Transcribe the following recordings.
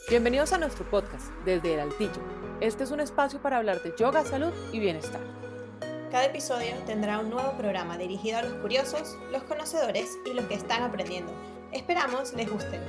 Bienvenidos a nuestro podcast, Desde el Altillo. Este es un espacio para hablar de yoga, salud y bienestar. Cada episodio tendrá un nuevo programa dirigido a los curiosos, los conocedores y los que están aprendiendo. Esperamos les gusten.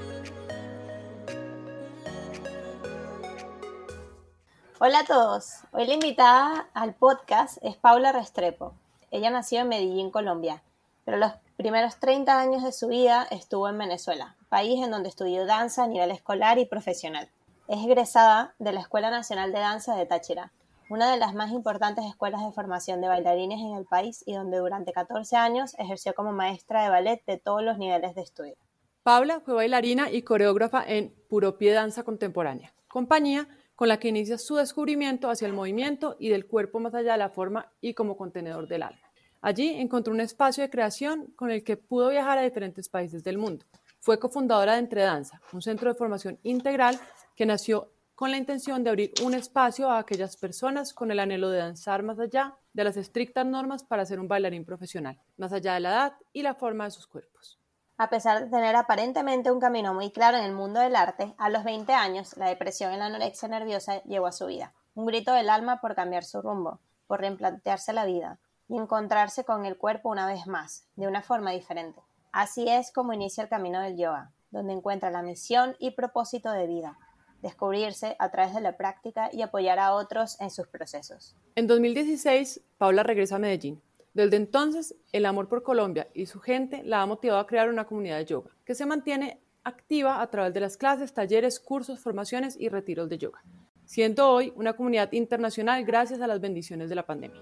Hola a todos, hoy la invitada al podcast es Paula Restrepo. Ella nació en Medellín, Colombia, pero los primeros 30 años de su vida estuvo en Venezuela, país en donde estudió danza a nivel escolar y profesional. Es egresada de la Escuela Nacional de Danza de Táchira, una de las más importantes escuelas de formación de bailarines en el país y donde durante 14 años ejerció como maestra de ballet de todos los niveles de estudio. Paula fue bailarina y coreógrafa en Puro Pie Danza Contemporánea, compañía con la que inicia su descubrimiento hacia el movimiento y del cuerpo más allá de la forma y como contenedor del alma. Allí encontró un espacio de creación con el que pudo viajar a diferentes países del mundo. Fue cofundadora de Entre Danza, un centro de formación integral que nació con la intención de abrir un espacio a aquellas personas con el anhelo de danzar más allá de las estrictas normas para ser un bailarín profesional, más allá de la edad y la forma de sus cuerpos. A pesar de tener aparentemente un camino muy claro en el mundo del arte, a los 20 años la depresión y la anorexia nerviosa llegó a su vida. Un grito del alma por cambiar su rumbo, por replantearse la vida y encontrarse con el cuerpo una vez más, de una forma diferente. Así es como inicia el camino del yoga, donde encuentra la misión y propósito de vida, descubrirse a través de la práctica y apoyar a otros en sus procesos. En 2016, Paula regresa a Medellín. Desde entonces, el amor por Colombia y su gente la ha motivado a crear una comunidad de yoga, que se mantiene activa a través de las clases, talleres, cursos, formaciones y retiros de yoga, siendo hoy una comunidad internacional gracias a las bendiciones de la pandemia.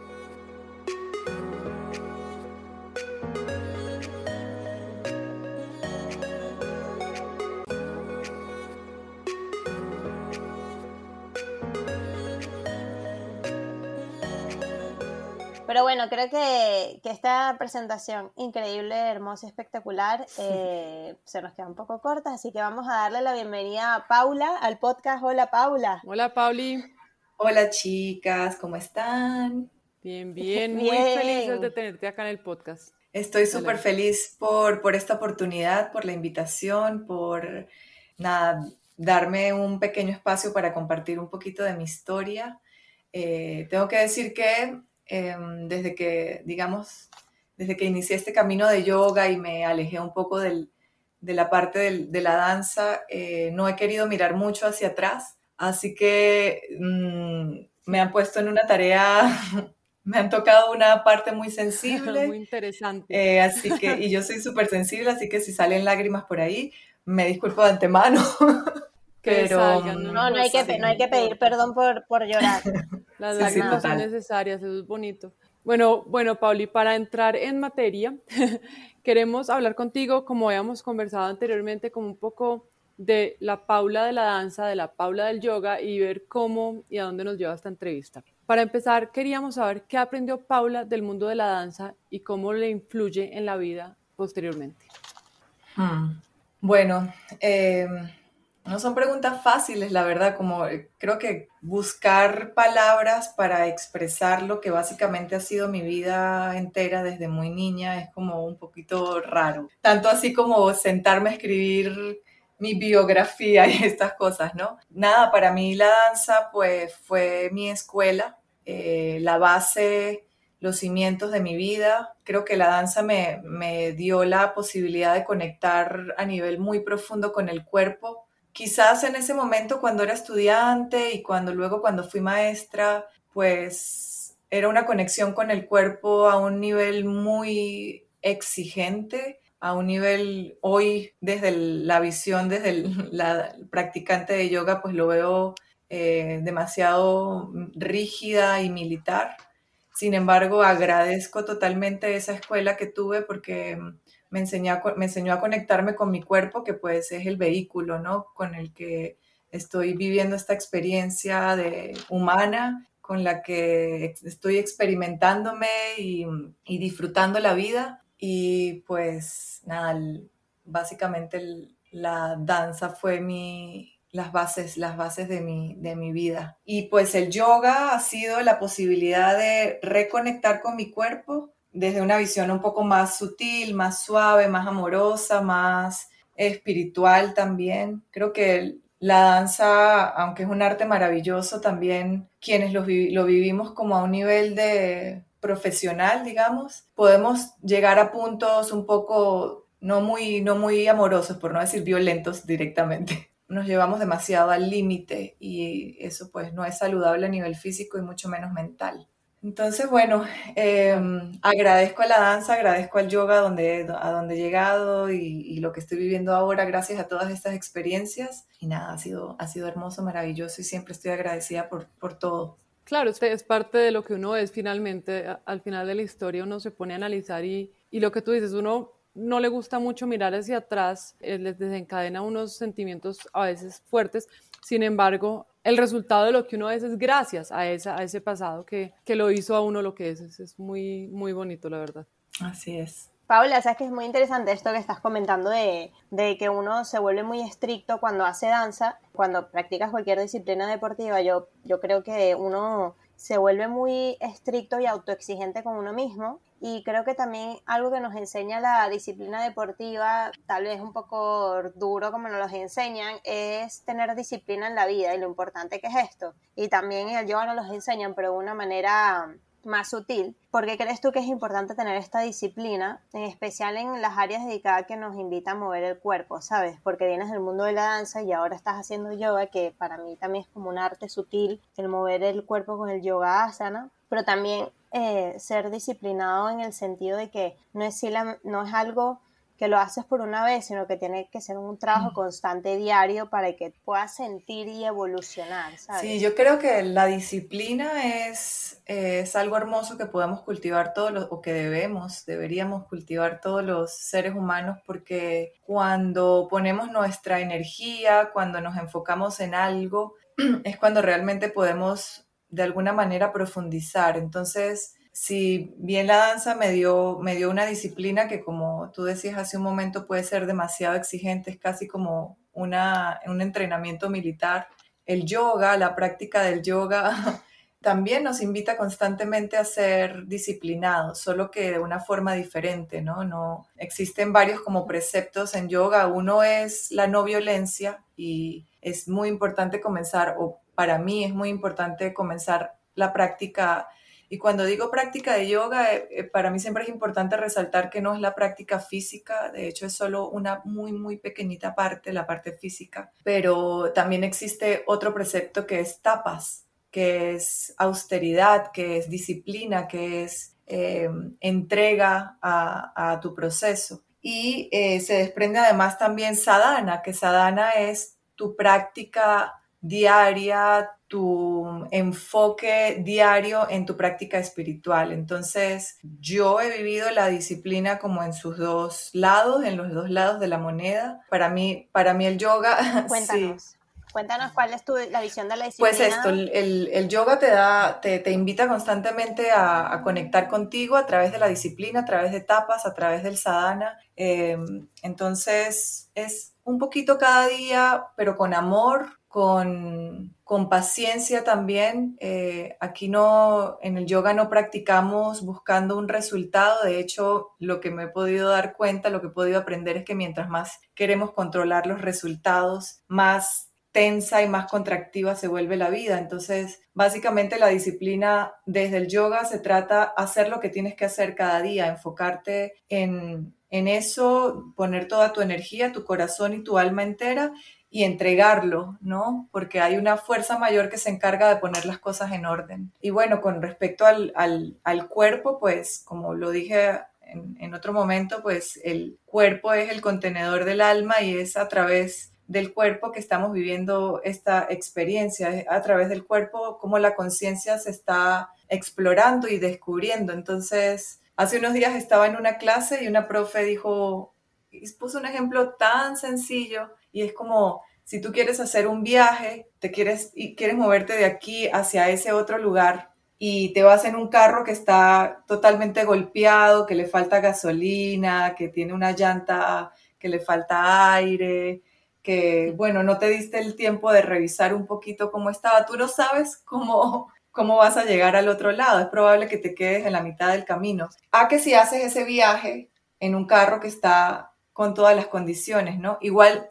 Pero bueno, creo que esta presentación increíble, hermosa, espectacular, se nos queda un poco corta, así que vamos a darle la bienvenida a Paula al podcast. Hola, Paula. Hola, Pauli. Hola, chicas, ¿cómo están? Bien, muy Bien. felices de tenerte acá en el podcast. Estoy súper feliz por esta oportunidad, por la invitación, por darme un pequeño espacio para compartir un poquito de mi historia. Tengo que decir que desde que inicié este camino de yoga y me alejé un poco de la parte de la danza, no he querido mirar mucho hacia atrás, así que me han puesto en una tarea, me han tocado una parte muy sensible. Muy interesante. Y yo soy súper sensible, así que si salen lágrimas por ahí, me disculpo de antemano. Pero salgan, no hay que pedir perdón por llorar. Las lágrimas son necesarias, eso es bonito. Bueno, Pauli, para entrar en materia, queremos hablar contigo, como habíamos conversado anteriormente, como un poco de la Paula de la danza, de la Paula del yoga y ver cómo y a dónde nos lleva esta entrevista. Para empezar, queríamos saber qué aprendió Paula del mundo de la danza y cómo le influye en la vida posteriormente. Bueno, no son preguntas fáciles, la verdad, como creo que buscar palabras para expresar lo que básicamente ha sido mi vida entera desde muy niña es como un poquito raro. Tanto así como sentarme a escribir mi biografía y estas cosas, ¿no? Nada, para mí la danza pues fue mi escuela, la base, los cimientos de mi vida. Creo que la danza me dio la posibilidad de conectar a nivel muy profundo con el cuerpo. Quizás en ese momento cuando era estudiante y cuando fui maestra, pues era una conexión con el cuerpo a un nivel muy exigente, a un nivel hoy desde la visión, desde la practicante de yoga, pues lo veo demasiado rígida y militar. Sin embargo, agradezco totalmente esa escuela que tuve porque me enseñó a conectarme con mi cuerpo, que pues es el vehículo, ¿no? Con el que estoy viviendo esta experiencia humana, con la que estoy experimentándome y disfrutando la vida. Y pues nada, básicamente la danza fue las bases de mi vida. Y pues el yoga ha sido la posibilidad de reconectar con mi cuerpo desde una visión un poco más sutil, más suave, más amorosa, más espiritual también. Creo que la danza, aunque es un arte maravilloso, también quienes lo vivimos como a un nivel de profesional, digamos, podemos llegar a puntos un poco no muy amorosos, por no decir violentos directamente. Nos llevamos demasiado al límite y eso pues no es saludable a nivel físico y mucho menos mental. Entonces, bueno, agradezco a la danza, agradezco al yoga a donde he llegado y lo que estoy viviendo ahora gracias a todas estas experiencias. Y nada, ha sido hermoso, maravilloso y siempre estoy agradecida por todo. Claro, este es parte de lo que uno es finalmente. Al final de la historia uno se pone a analizar y lo que tú dices, uno no le gusta mucho mirar hacia atrás, les desencadena unos sentimientos a veces fuertes. Sin embargo, el resultado de lo que uno es gracias a ese pasado que lo hizo a uno lo que es. Es muy, muy bonito, la verdad. Así es. Paula, sabes que es muy interesante esto que estás comentando de que uno se vuelve muy estricto cuando hace danza, cuando practicas cualquier disciplina deportiva. Yo creo que uno se vuelve muy estricto y autoexigente con uno mismo, y creo que también algo que nos enseña la disciplina deportiva, tal vez un poco duro como nos lo enseñan, es tener disciplina en la vida y lo importante que es esto. Y también en el yoga nos los enseñan, pero de una manera más sutil. ¿Por qué crees tú que es importante tener esta disciplina, en especial en las áreas dedicadas que nos invitan a mover el cuerpo, sabes? Porque vienes del mundo de la danza y ahora estás haciendo yoga, que para mí también es como un arte sutil, el mover el cuerpo con el yoga asana, pero también ser disciplinado en el sentido de que no es algo que lo haces por una vez, sino que tiene que ser un trabajo constante diario para que puedas sentir y evolucionar, ¿sabes? Sí, yo creo que la disciplina es algo hermoso que podemos cultivar o que deberíamos cultivar todos los seres humanos, porque cuando ponemos nuestra energía, cuando nos enfocamos en algo, es cuando realmente podemos de alguna manera profundizar. Entonces, si bien la danza me dio una disciplina que, como tú decías hace un momento, puede ser demasiado exigente, es casi como un entrenamiento militar. El yoga, la práctica del yoga, también nos invita constantemente a ser disciplinados, solo que de una forma diferente, ¿no? No existen varios como preceptos en yoga. Uno es la no violencia y es muy importante comenzar, o para mí es muy importante comenzar la práctica. Y cuando digo práctica de yoga, para mí siempre es importante resaltar que no es la práctica física, de hecho es solo una muy, muy pequeñita parte, la parte física, pero también existe otro precepto que es tapas, que es austeridad, que es disciplina, que es entrega a tu proceso. Y se desprende además también sadhana, que sadhana es tu práctica diaria, tu enfoque diario en tu práctica espiritual. Entonces, yo he vivido la disciplina como en sus dos lados, en los dos lados de la moneda. Para mí el yoga, Cuéntanos. sí. Cuéntanos cuál es la visión de la disciplina. Pues esto, el yoga te invita constantemente a conectar contigo a través de la disciplina, a través de etapas, a través del sadhana. Entonces es un poquito cada día, pero con amor, con paciencia también. Aquí en el yoga no practicamos buscando un resultado. De hecho, lo que me he podido dar cuenta, lo que he podido aprender es que mientras más queremos controlar los resultados, más tensa y más contractiva se vuelve la vida. Entonces, básicamente la disciplina desde el yoga se trata de hacer lo que tienes que hacer cada día, enfocarte en eso, poner toda tu energía, tu corazón y tu alma entera y entregarlo, ¿no? Porque hay una fuerza mayor que se encarga de poner las cosas en orden. Y bueno, con respecto al cuerpo, pues como lo dije en otro momento, pues el cuerpo es el contenedor del alma y es a través del cuerpo que estamos viviendo esta experiencia, a través del cuerpo como la conciencia se está explorando y descubriendo. Entonces, hace unos días estaba en una clase y una profe puso un ejemplo tan sencillo y es como si tú quieres hacer un viaje, quieres moverte de aquí hacia ese otro lugar y te vas en un carro que está totalmente golpeado, que le falta gasolina, que tiene una llanta que le falta aire, que, bueno, no te diste el tiempo de revisar un poquito cómo estaba. Tú no sabes cómo vas a llegar al otro lado. Es probable que te quedes en la mitad del camino. Que si haces ese viaje en un carro que está con todas las condiciones, ¿no? Igual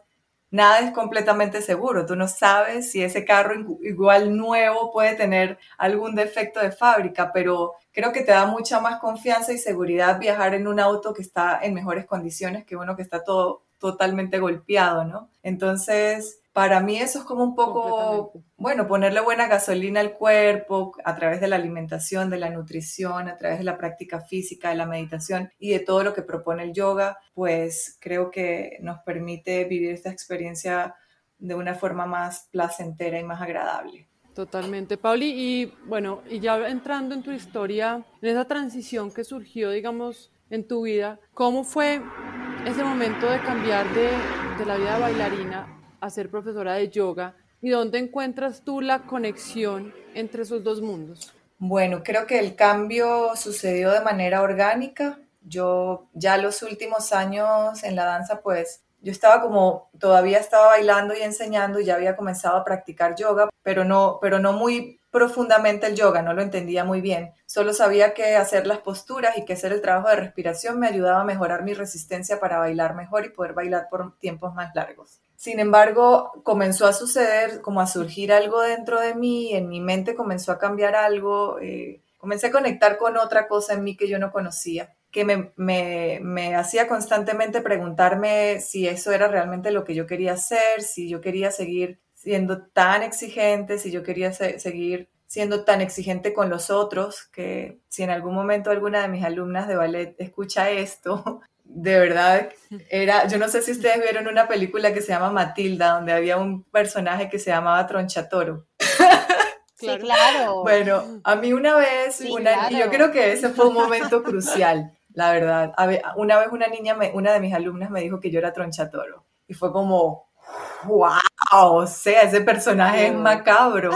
nada es completamente seguro. Tú no sabes si ese carro igual nuevo puede tener algún defecto de fábrica, pero creo que te da mucha más confianza y seguridad viajar en un auto que está en mejores condiciones que uno que está todo totalmente golpeado, ¿no? Entonces, para mí eso es como un poco, bueno, ponerle buena gasolina al cuerpo a través de la alimentación, de la nutrición, a través de la práctica física, de la meditación y de todo lo que propone el yoga, pues creo que nos permite vivir esta experiencia de una forma más placentera y más agradable. Totalmente, Pauli. Y bueno, y ya entrando en tu historia, en esa transición que surgió, digamos, en tu vida, ¿cómo fue ese momento de cambiar de la vida bailarina a ser profesora de yoga? ¿Y dónde encuentras tú la conexión entre esos dos mundos? Bueno, creo que el cambio sucedió de manera orgánica. Yo ya los últimos años en la danza, pues yo estaba todavía estaba bailando y enseñando y ya había comenzado a practicar yoga, pero no muy profundamente el yoga, no lo entendía muy bien. Solo sabía que hacer las posturas y que hacer el trabajo de respiración me ayudaba a mejorar mi resistencia para bailar mejor y poder bailar por tiempos más largos. Sin embargo, comenzó a suceder, como a surgir algo dentro de mí, en mi mente comenzó a cambiar algo, comencé a conectar con otra cosa en mí que yo no conocía, que me hacía constantemente preguntarme si eso era realmente lo que yo quería hacer, si yo quería seguir siendo tan exigente, si yo quería seguir siendo tan exigente con los otros, que si en algún momento alguna de mis alumnas de ballet escucha esto, de verdad yo no sé si ustedes vieron una película que se llama Matilda, donde había un personaje que se llamaba Tronchatoro. Sí, claro. Bueno, a mí una vez, Sí, y claro. yo creo que ese fue un momento crucial, la verdad. Una vez una de mis alumnas me dijo que yo era Tronchatoro. Y fue como, wow, o sea, ese personaje es macabro.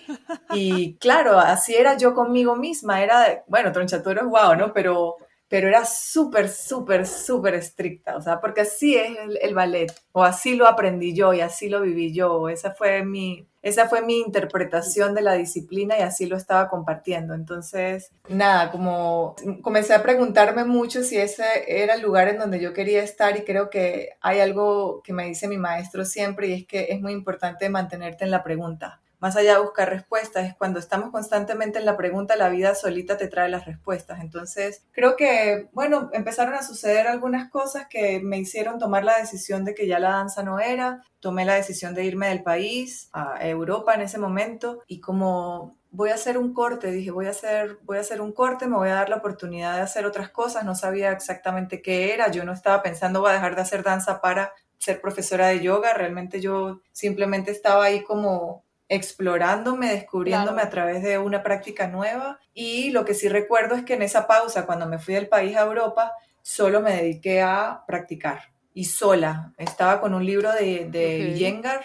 Y claro, así era yo conmigo misma. Bueno, Tronchatoro es wow, ¿no? Pero era súper, súper, súper estricta, o sea, porque así es el ballet, o así lo aprendí yo y así lo viví yo, esa fue mi interpretación de la disciplina y así lo estaba compartiendo. Entonces, nada, como comencé a preguntarme mucho si ese era el lugar en donde yo quería estar y creo que hay algo que me dice mi maestro siempre y es que es muy importante mantenerte en la pregunta. Más allá de buscar respuestas, es cuando estamos constantemente en la pregunta, la vida solita te trae las respuestas. Entonces, creo que, bueno, empezaron a suceder algunas cosas que me hicieron tomar la decisión de que ya la danza no era. Tomé la decisión de irme del país a Europa en ese momento y como voy a hacer un corte, dije, voy a hacer un corte, me voy a dar la oportunidad de hacer otras cosas. No sabía exactamente qué era, yo no estaba pensando voy a dejar de hacer danza para ser profesora de yoga. Realmente yo simplemente estaba ahí como explorándome, descubriéndome a través de una práctica nueva. Y lo que sí recuerdo es que en esa pausa, cuando me fui del país a Europa, solo me dediqué a practicar y sola. Estaba con un libro de Iyengar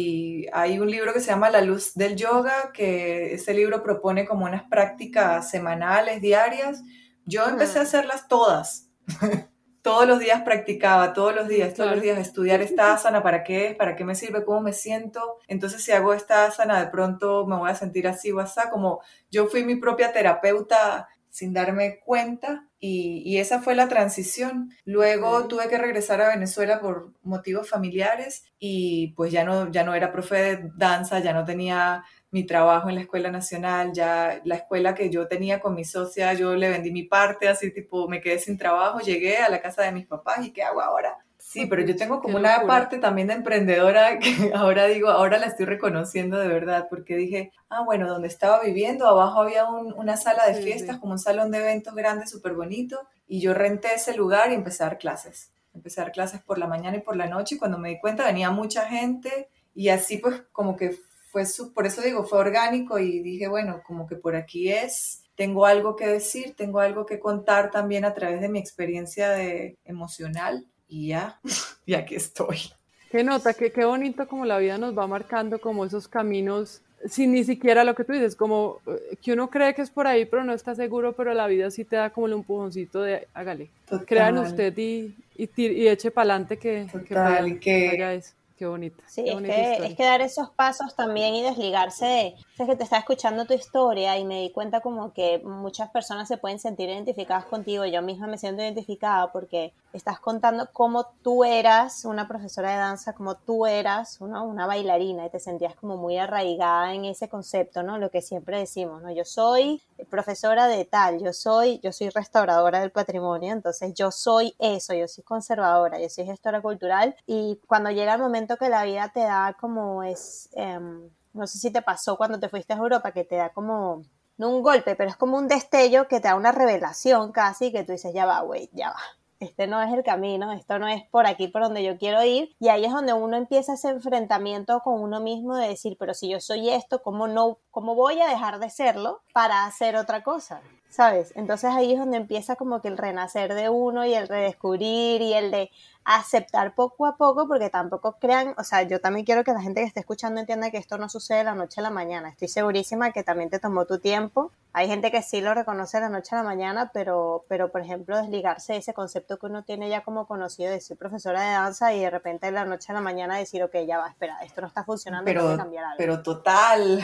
y hay un libro que se llama La luz del yoga, que ese libro propone como unas prácticas semanales, diarias. Yo empecé a hacerlas todas. Todos los días practicaba, todos los días estudiar esta asana, ¿para qué es? ¿Para qué me sirve? ¿Cómo me siento? Entonces, si hago esta asana, de pronto me voy a sentir así o así, como yo fui mi propia terapeuta sin darme cuenta y esa fue la transición. Luego tuve que regresar a Venezuela por motivos familiares y pues ya no era profe de danza, ya no tenía mi trabajo en la Escuela Nacional, ya la escuela que yo tenía con mi socia, yo le vendí mi parte, así tipo me quedé sin trabajo, llegué a la casa de mis papás y ¿qué hago ahora? Sí, pero yo tengo como una parte también de emprendedora que ahora digo, ahora la estoy reconociendo de verdad, porque dije, bueno, donde estaba viviendo, abajo había una sala de fiestas, como un salón de eventos grande, súper bonito, y yo renté ese lugar y empecé a dar clases. Empecé a dar clases por la mañana y por la noche, y cuando me di cuenta venía mucha gente, y así pues como que por eso digo, fue orgánico y dije, bueno, como que por aquí tengo algo que decir, tengo algo que contar también a través de mi experiencia emocional y ya, y aquí estoy. Qué nota, qué bonito como la vida nos va marcando como esos caminos, sin ni siquiera lo que tú dices, como que uno cree que es por ahí, pero no está seguro, pero la vida sí te da como el empujoncito de hágale, crea en usted y eche para adelante que vaya eso. Qué bonita, Sí, qué bonita es historia. que dar esos pasos también y desligarse de... Es que te estaba escuchando tu historia y me di cuenta como que muchas personas se pueden sentir identificadas contigo. Yo misma me siento identificada porque estás contando cómo tú eras una profesora de danza, cómo tú eras una bailarina y te sentías como muy arraigada en ese concepto, ¿no? Lo que siempre decimos, ¿no? Yo soy profesora de tal, yo soy restauradora del patrimonio, entonces yo soy eso, yo soy conservadora, yo soy gestora cultural y cuando llega el momento que la vida te da como no sé si te pasó cuando te fuiste a Europa, que te da como, no un golpe, pero es como un destello que te da una revelación casi, que tú dices, ya va, güey, ya va. Este no es el camino, esto no es por aquí por donde yo quiero ir, y ahí es donde uno empieza ese enfrentamiento con uno mismo de decir, pero si yo soy esto, ¿cómo voy a dejar de serlo para hacer otra cosa? ¿Sabes? Entonces ahí es donde empieza como que el renacer de uno y el redescubrir y el de aceptar poco a poco, porque tampoco crean, o sea, yo también quiero que la gente que esté escuchando entienda que esto no sucede de la noche a la mañana. Estoy segurísima que también te tomó tu tiempo. Hay gente que sí lo reconoce de la noche a la mañana, pero por ejemplo, desligarse de ese concepto que uno tiene ya como conocido de ser profesora de danza y de repente de la noche a la mañana decir, ok, ya va, espera, esto no está funcionando, tengo que cambiar algo. Pero total,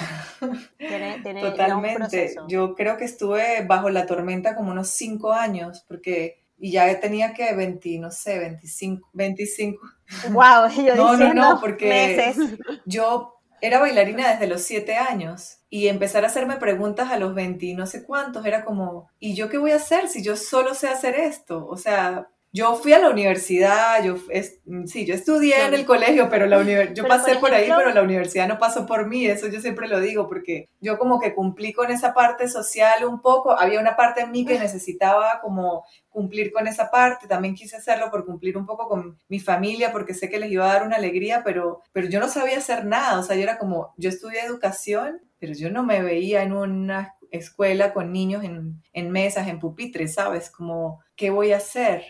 Lleva un totalmente. proceso. Yo creo que estuve bajo la tormenta como unos 5 años, y ya tenía que 20, no sé, 25. Wow, yo No, diciendo porque meses. yo era bailarina desde los 7 años y empezar a hacerme preguntas a los 20 y no sé cuántos, era como, ¿y yo qué voy a hacer si yo solo sé hacer esto? O sea, yo fui a la universidad, sí, yo estudié en el Claro. colegio, pero yo Pero por pasé por ahí, ejemplo, pero la universidad no pasó por mí, eso yo siempre lo digo, porque yo como que cumplí con esa parte social un poco, había una parte en mí que necesitaba como cumplir con esa parte, también quise hacerlo por cumplir un poco con mi familia, porque sé que les iba a dar una alegría, pero yo no sabía hacer nada, o sea, yo era como, yo estudié educación, pero yo no me veía en una escuela con niños en mesas, en pupitres, ¿sabes? Como, ¿qué voy a hacer?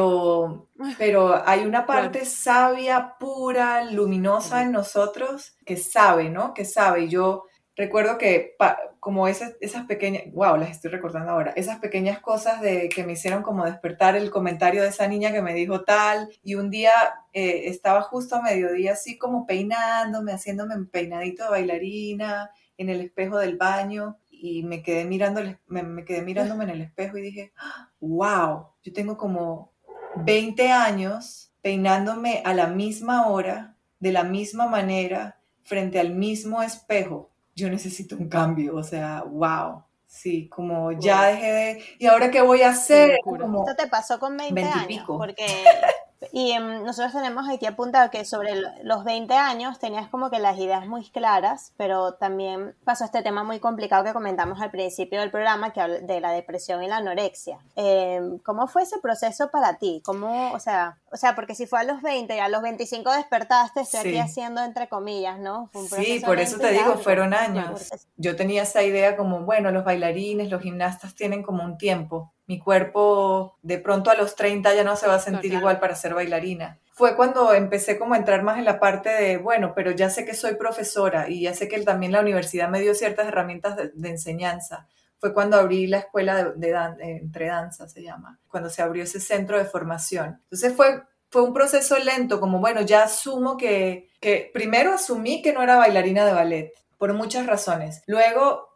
Pero hay una Claro. parte sabia, pura, luminosa en nosotros que sabe, ¿no? Que sabe. Y yo recuerdo que como esas pequeñas, wow, las estoy recordando ahora, esas pequeñas cosas que me hicieron como despertar el comentario de esa niña que me dijo tal, y un día estaba justo a mediodía así como peinándome, haciéndome un peinadito de bailarina en el espejo del baño, y me quedé me quedé mirándome en el espejo y dije, wow, yo tengo como 20 años peinándome a la misma hora, de la misma manera, frente al mismo espejo. Yo necesito un cambio, o sea, wow. Sí, como ya Wow, dejé de... ¿Y ahora qué voy a qué hacer? locura. esto Como te pasó con 20 20 y años, pico. porque nosotros tenemos aquí apuntado que sobre los 20 años tenías como que las ideas muy claras, pero también pasó este tema muy complicado que comentamos al principio del programa, que habla de la depresión y la anorexia. ¿Cómo fue ese proceso para ti? ¿Cómo, o sea, porque si fue a los 20 y a los 25 despertaste, estoy aquí Sí. haciendo entre comillas, ¿no? Fue un Sí, proceso por eso lento te y digo, largo. fueron Claro. años. Yo tenía esa idea como, bueno, los bailarines, los gimnastas tienen como un tiempo. Mi cuerpo de pronto a los 30 ya no se va a sentir Claro. igual para ser bailarina. Fue cuando empecé como a entrar más en la parte de, bueno, pero ya sé que soy profesora y ya sé que también la universidad me dio ciertas herramientas de enseñanza. Fue cuando abrí la escuela Entre Danza, se llama, cuando se abrió ese centro de formación. Entonces fue un proceso lento, como bueno, ya asumo que primero asumí que no era bailarina de ballet, por muchas razones. Luego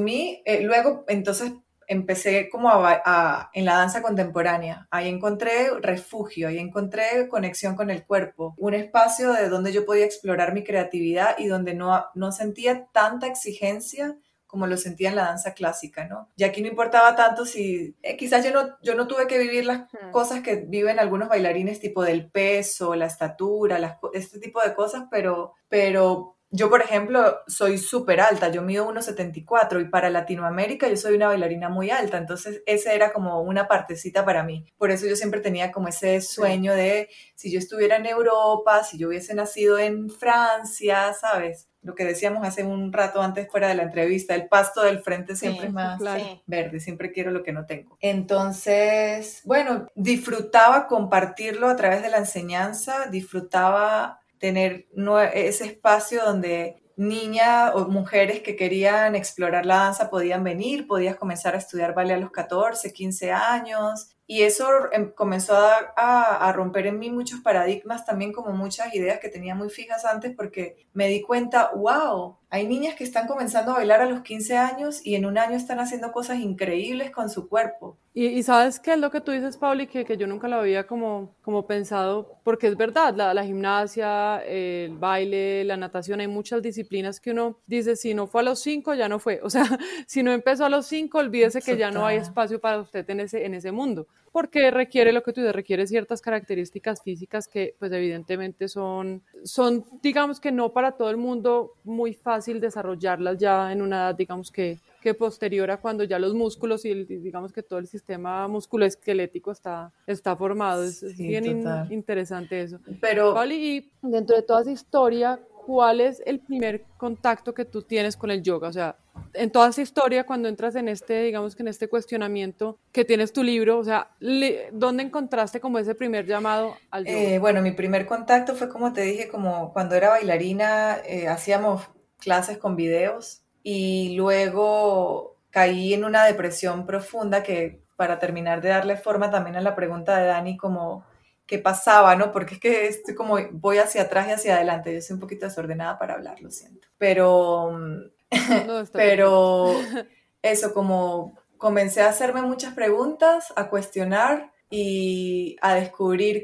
luego entonces empecé como en la danza contemporánea. Ahí encontré refugio, ahí encontré conexión con el cuerpo, un espacio de donde yo podía explorar mi creatividad y donde no sentía tanta exigencia como lo sentía en la danza clásica, ¿no? Y aquí no importaba tanto si, quizás yo no tuve que vivir las cosas que viven algunos bailarines, tipo del peso, la estatura, este tipo de cosas, pero yo, por ejemplo, soy súper alta, yo mido 1,74 y para Latinoamérica yo soy una bailarina muy alta, entonces esa era como una partecita para mí. Por eso yo siempre tenía como ese sueño de si yo estuviera en Europa, si yo hubiese nacido en Francia, ¿sabes? Lo que decíamos hace un rato antes fuera de la entrevista, el pasto del frente siempre es Sí, más Claro. sí. verde, siempre quiero lo que no tengo. Entonces, bueno, disfrutaba compartirlo a través de la enseñanza, disfrutaba tener ese espacio donde niñas o mujeres que querían explorar la danza podían venir, podías comenzar a estudiar ballet a los 14, 15 años, Y eso comenzó a romper en mí muchos paradigmas, también como muchas ideas que tenía muy fijas antes, porque me di cuenta, wow, hay niñas que están comenzando a bailar a los 15 años y en un año están haciendo cosas increíbles con su cuerpo. Y sabes qué es lo que tú dices, Pauli, que yo nunca lo había como pensado, porque es verdad, la gimnasia, el baile, la natación, hay muchas disciplinas que uno dice, si no fue a los 5, ya no fue. O sea, si no empezó a los 5, olvídese que ya no hay Total. espacio para usted en ese mundo, porque requiere lo que tú dices, requiere ciertas características físicas que pues evidentemente son, digamos que no para todo el mundo muy fácil desarrollarlas ya en una edad, digamos que posterior a cuando ya los músculos y digamos que todo el sistema musculoesquelético está formado. Es Sí, bien total. interesante eso. Pero Pauli, y dentro de toda esa historia, ¿cuál es el primer contacto que tú tienes con el yoga? O sea, en toda esa historia, cuando entras en este, digamos que en este cuestionamiento que tienes tu libro, o sea, ¿dónde encontraste como ese primer llamado al yoga? bueno, mi primer contacto fue, como te dije, como cuando era bailarina, hacíamos clases con videos y luego caí en una depresión profunda que, para terminar de darle forma también a la pregunta de Dani, como qué pasaba, ¿no? Porque es que estoy como, voy hacia atrás y hacia adelante, yo soy un poquito desordenada para hablar, lo siento. No, está perfecto. Pero eso, como comencé a hacerme muchas preguntas, a cuestionar y a descubrir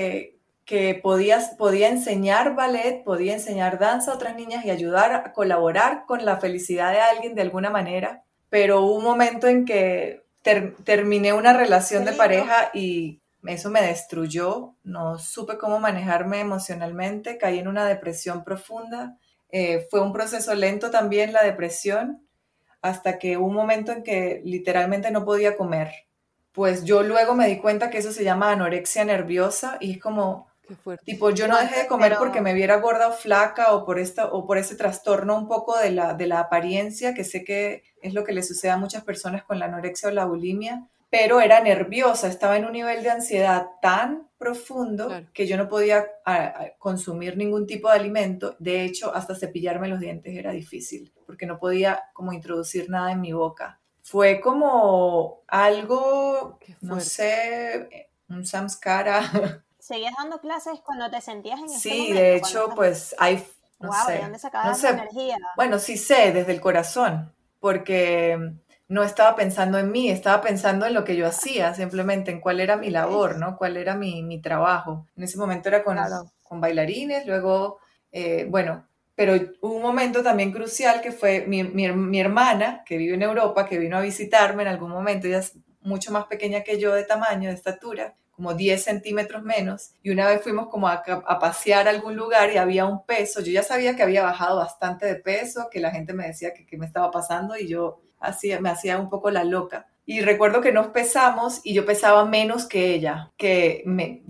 que podía enseñar ballet, podía enseñar danza a otras niñas y ayudar a colaborar con la felicidad de alguien de alguna manera. Pero hubo un momento en que terminé una relación de pareja y eso me destruyó, no supe cómo manejarme emocionalmente, caí en una depresión profunda. Fue un proceso lento también la depresión, hasta que hubo un momento en que literalmente no podía comer. Pues yo luego me di cuenta que eso se llama anorexia nerviosa y es como, Qué fuerte. tipo, yo no dejé de comer porque me viera gorda o flaca o por ese trastorno un poco de la apariencia, que sé que es lo que le sucede a muchas personas con la anorexia o la bulimia, pero era nerviosa, estaba en un nivel de ansiedad tan profundo Claro. que yo no podía consumir ningún tipo de alimento. De hecho, hasta cepillarme los dientes era difícil porque no podía como introducir nada en mi boca. Fue como algo, Qué no fuerte. sé, un samskara. ¿Seguías dando clases cuando te sentías en este Sí, de momento? Cuando hecho, estás... pues hay, no Wow, ¿de sé, dónde no sacabas esa sé, energía? bueno, sí sé desde el corazón, porque no estaba pensando en mí, estaba pensando en lo que yo hacía, simplemente en cuál era mi Ok, labor, ¿no? Cuál era mi trabajo. En ese momento era claro. con bailarines, luego, bueno, pero hubo un momento también crucial que fue mi hermana, que vive en Europa, que vino a visitarme en algún momento, ella es mucho más pequeña que yo de tamaño, de estatura, como 10 centímetros menos, y una vez fuimos como a pasear a algún lugar y había un peso, yo ya sabía que había bajado bastante de peso, que la gente me decía que me estaba pasando y yo me hacía un poco la loca. Y recuerdo que nos pesamos y yo pesaba menos que ella, que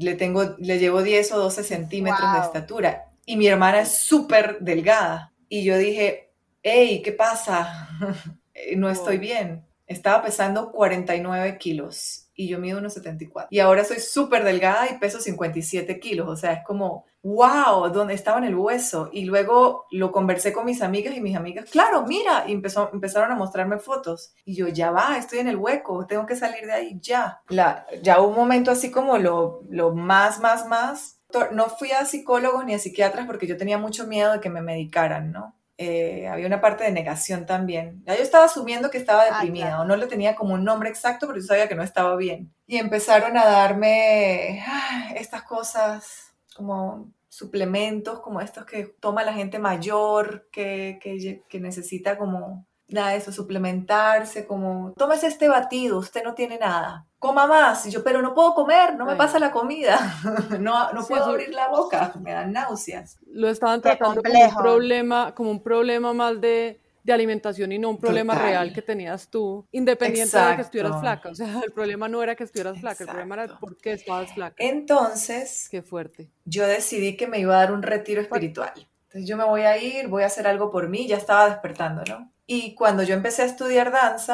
le llevo 10 o 12 centímetros de Wow. estatura. Y mi hermana es súper delgada. Y yo dije, hey, ¿qué pasa? No estoy Wow. bien. Estaba pesando 49 kilos y yo mido 1,74. Y ahora soy súper delgada y peso 57 kilos. O sea, es como, wow, ¿dónde estaba en el hueso? Y luego lo conversé con mis amigas y mis amigas, claro, mira, y empezaron a mostrarme fotos. Y yo, ya va, estoy en el hueco, tengo que salir de ahí, ya. Ya hubo un momento así como lo más. No fui a psicólogos ni a psiquiatras porque yo tenía mucho miedo de que me medicaran, ¿no? Había una parte de negación también. Ya yo estaba asumiendo que estaba Ah, deprimida o claro. no le tenía como un nombre exacto, pero yo sabía que no estaba bien. Y empezaron a darme estas cosas como suplementos, como estos que toma la gente mayor, que necesita como nada de eso, suplementarse, como tómese este batido, usted no tiene nada. Coma más. Y yo, pero no puedo comer, no me Ay, pasa no. la comida, no Sí, puedo eso abrir la boca, me dan náuseas. lo estaban Qué tratando complejo. como un problema más de alimentación y no un problema Total. real que tenías tú, independiente de que estuvieras Exacto, flaca. O sea, el problema no era que estuvieras flaca, el problema era exacto. por qué estabas flaca. Entonces, Qué fuerte. yo decidí que me iba a dar un retiro Por- espiritual. Entonces yo me voy a ir, voy a hacer algo por mí, ya estaba despertando, ¿no? Y cuando yo empecé a estudiar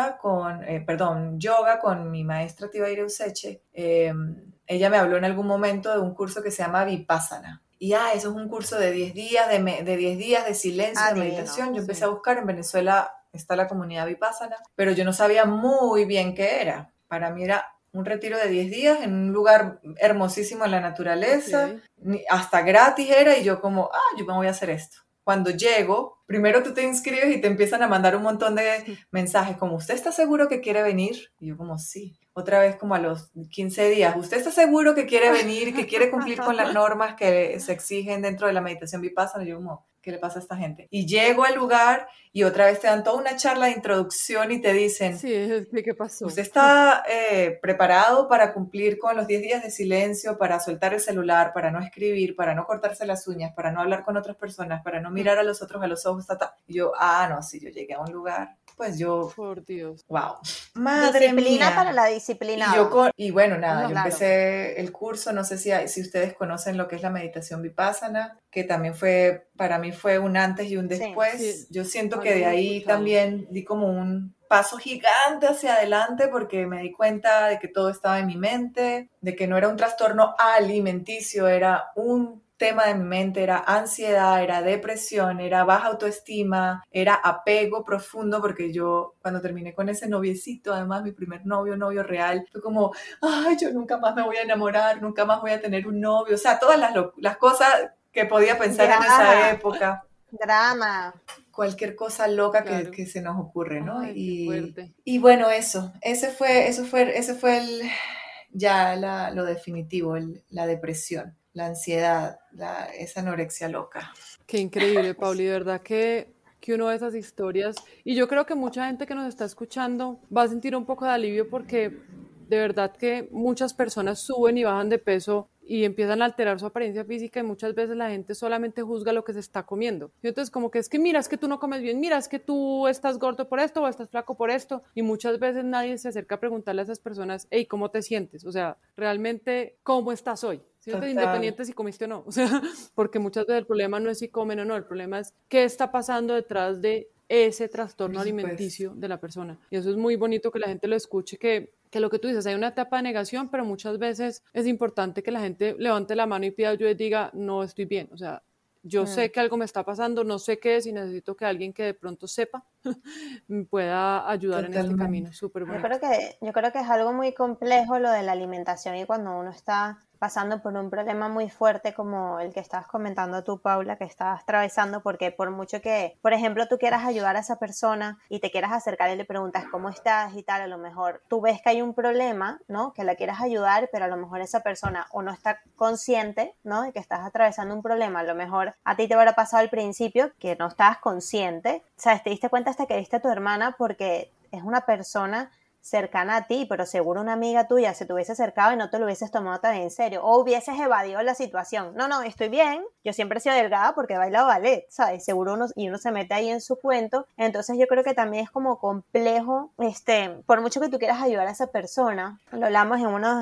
yoga con mi maestra Tibaire Useche, ella me habló en algún momento de un curso que se llama Vipassana. Y eso es un curso de 10 días, de 10 días de silencio, Ah, de divino. meditación. Yo empecé a Sí. buscar, en Venezuela está la comunidad Vipassana, pero yo no sabía muy bien qué era. Para mí era un retiro de 10 días en un lugar hermosísimo en la naturaleza, Ok. hasta gratis era, y yo como, yo me voy a hacer esto. Cuando llego, primero tú te inscribes y te empiezan a mandar un montón de mensajes como, ¿usted está seguro que quiere venir? Y yo como, sí. Otra vez como a los 15 días, ¿usted está seguro que quiere venir, que quiere cumplir con las normas que se exigen dentro de la meditación Vipassana? Y yo como, ¿qué le pasa a esta gente? Y llego al lugar y otra vez te dan toda una charla de introducción y te dicen, Sí, ¿qué pasó? ¿usted está preparado para cumplir con los 10 días de silencio, para soltar el celular, para no escribir, para no cortarse las uñas, para no hablar con otras personas, para no mirar a los otros a los ojos? Y yo, no, si yo llegué a un lugar, pues yo, Por Dios. wow, madre Disciplina para mía. la Y, disciplinada. y bueno, nada, yo Claro. empecé el curso, no sé si ustedes conocen lo que es la meditación Vipassana, que también para mí fue un antes y un después. Sí, Yo siento que algo de he ahí escuchado. también di como un paso gigante hacia adelante porque me di cuenta de que todo estaba en mi mente, de que no era un trastorno alimenticio, era un tema de mi mente, era ansiedad, era depresión, era baja autoestima, era apego profundo, porque yo cuando terminé con ese noviecito, además mi primer novio real, fue como, yo nunca más me voy a enamorar, nunca más voy a tener un novio, o sea, todas las cosas que podía pensar en esa Ya, época, drama. cualquier cosa loca Claro. que se nos ocurre, ¿no? Ay, qué fuerte. Y bueno, ese fue lo definitivo, la depresión, la ansiedad, esa anorexia loca. Qué increíble, Pauli, de verdad que uno de esas historias, y yo creo que mucha gente que nos está escuchando va a sentir un poco de alivio porque de verdad que muchas personas suben y bajan de peso y empiezan a alterar su apariencia física y muchas veces la gente solamente juzga lo que se está comiendo. Y entonces como que es que mira, es que tú no comes bien, mira, es que tú estás gordo por esto o estás flaco por esto y muchas veces nadie se acerca a preguntarle a esas personas, hey, ¿cómo te sientes? O sea, realmente, ¿cómo estás hoy? ¿Sí? Total. Independiente si comiste o no. O sea, porque muchas veces el problema no es si comen o no, el problema es qué está pasando detrás de ese Por trastorno supuesto. alimenticio de la persona. Y eso es muy bonito que la gente lo escuche, que lo que tú dices, hay una etapa de negación, pero muchas veces es importante que la gente levante la mano y pida ayuda y diga, no estoy bien. O sea, yo sé que algo me está pasando, no sé qué es y necesito que alguien que de pronto sepa pueda ayudar en este camino. Totalmente. Súper Yo bonito. creo yo creo que es algo muy complejo lo de la alimentación y cuando uno está pasando por un problema muy fuerte como el que estabas comentando tú, Paula, que estabas atravesando, porque por mucho que, por ejemplo, tú quieras ayudar a esa persona y te quieras acercar y le preguntas cómo estás y tal, a lo mejor tú ves que hay un problema, ¿no? Que la quieras ayudar, pero a lo mejor esa persona o no está consciente, ¿no? De que estás atravesando un problema, a lo mejor a ti te habrá pasado al principio que no estabas consciente, ¿sabes? Te diste cuenta hasta que viste a tu hermana porque es una persona cercana a ti, pero seguro una amiga tuya se te hubiese acercado y no te lo hubieses tomado tan en serio, o hubieses evadido la situación. No, estoy bien, yo siempre he sido delgada porque he bailado ballet, ¿sabes? Seguro uno se mete ahí en su cuento, entonces yo creo que también es como complejo, por mucho que tú quieras ayudar a esa persona, lo hablamos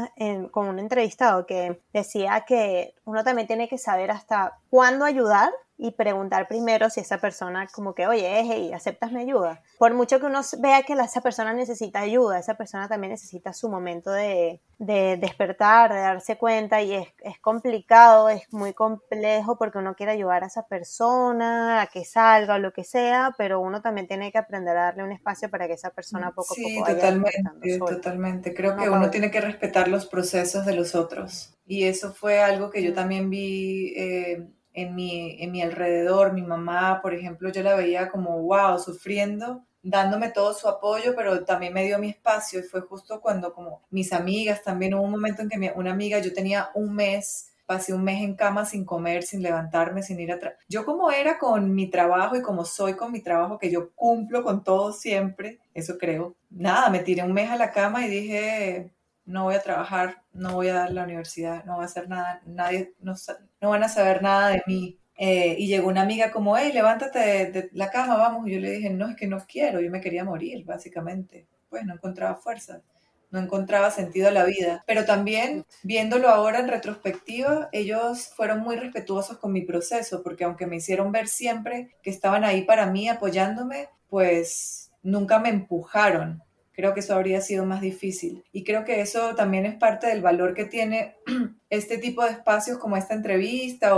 con un entrevistado que decía que uno también tiene que saber hasta cuándo ayudar y preguntar primero si esa persona como que, oye, hey, ¿aceptas mi ayuda? Por mucho que uno vea que esa persona necesita ayuda, esa persona también necesita su momento de despertar, de darse cuenta y es complicado, es muy complejo porque uno quiere ayudar a esa persona a que salga o lo que sea, pero uno también tiene que aprender a darle un espacio para que esa persona poco a poco Sí, vaya despertando totalmente, sola. totalmente. Creo No, que uno Paula. tiene que respetar los procesos de los otros. Y eso fue algo que yo Mm. también vi en mi alrededor. Mi mamá, por ejemplo, yo la veía como, wow, sufriendo, dándome todo su apoyo, pero también me dio mi espacio. Y fue justo cuando como mis amigas, también hubo un momento en que una amiga, yo tenía un mes. Pasé un mes en cama sin comer, sin levantarme, sin ir a yo como era con mi trabajo y como soy con mi trabajo, que yo cumplo con todo siempre, eso creo. Nada, me tiré un mes a la cama y dije, no voy a trabajar, no voy a dar la universidad, no voy a hacer nada, nadie, no van a saber nada de mí. Y llegó una amiga como, hey, levántate de la cama, vamos. Y yo le dije, no, es que no quiero, yo me quería morir, básicamente. Pues no encontraba fuerza, no encontraba sentido a la vida. Pero también, viéndolo ahora en retrospectiva, ellos fueron muy respetuosos con mi proceso, porque aunque me hicieron ver siempre que estaban ahí para mí, apoyándome, pues nunca me empujaron. Creo que eso habría sido más difícil. Y creo que eso también es parte del valor que tiene este tipo de espacios como esta entrevista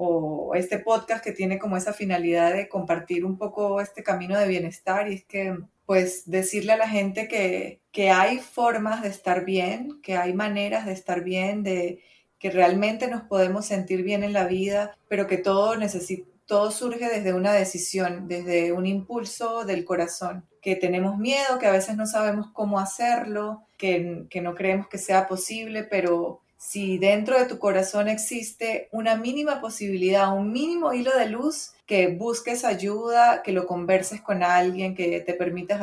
o este podcast que tiene como esa finalidad de compartir un poco este camino de bienestar. Y es que pues decirle a la gente que hay formas de estar bien, que hay maneras de estar bien, de que realmente nos podemos sentir bien en la vida, pero que todo surge desde una decisión, desde un impulso del corazón, que tenemos miedo, que a veces no sabemos cómo hacerlo, que no creemos que sea posible, pero si dentro de tu corazón existe una mínima posibilidad, un mínimo hilo de luz, que busques ayuda, que lo converses con alguien, que te permitas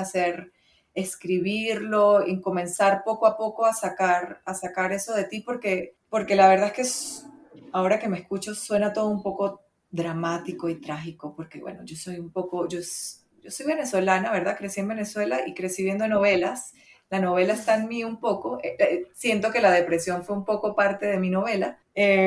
escribirlo y comenzar poco a poco a sacar eso de ti, porque la verdad es que ahora que me escucho suena todo un poco dramático y trágico, porque bueno, yo soy venezolana, ¿verdad? Crecí en Venezuela y crecí viendo novelas. La novela está en mí un poco. Siento que la depresión fue un poco parte de mi novela.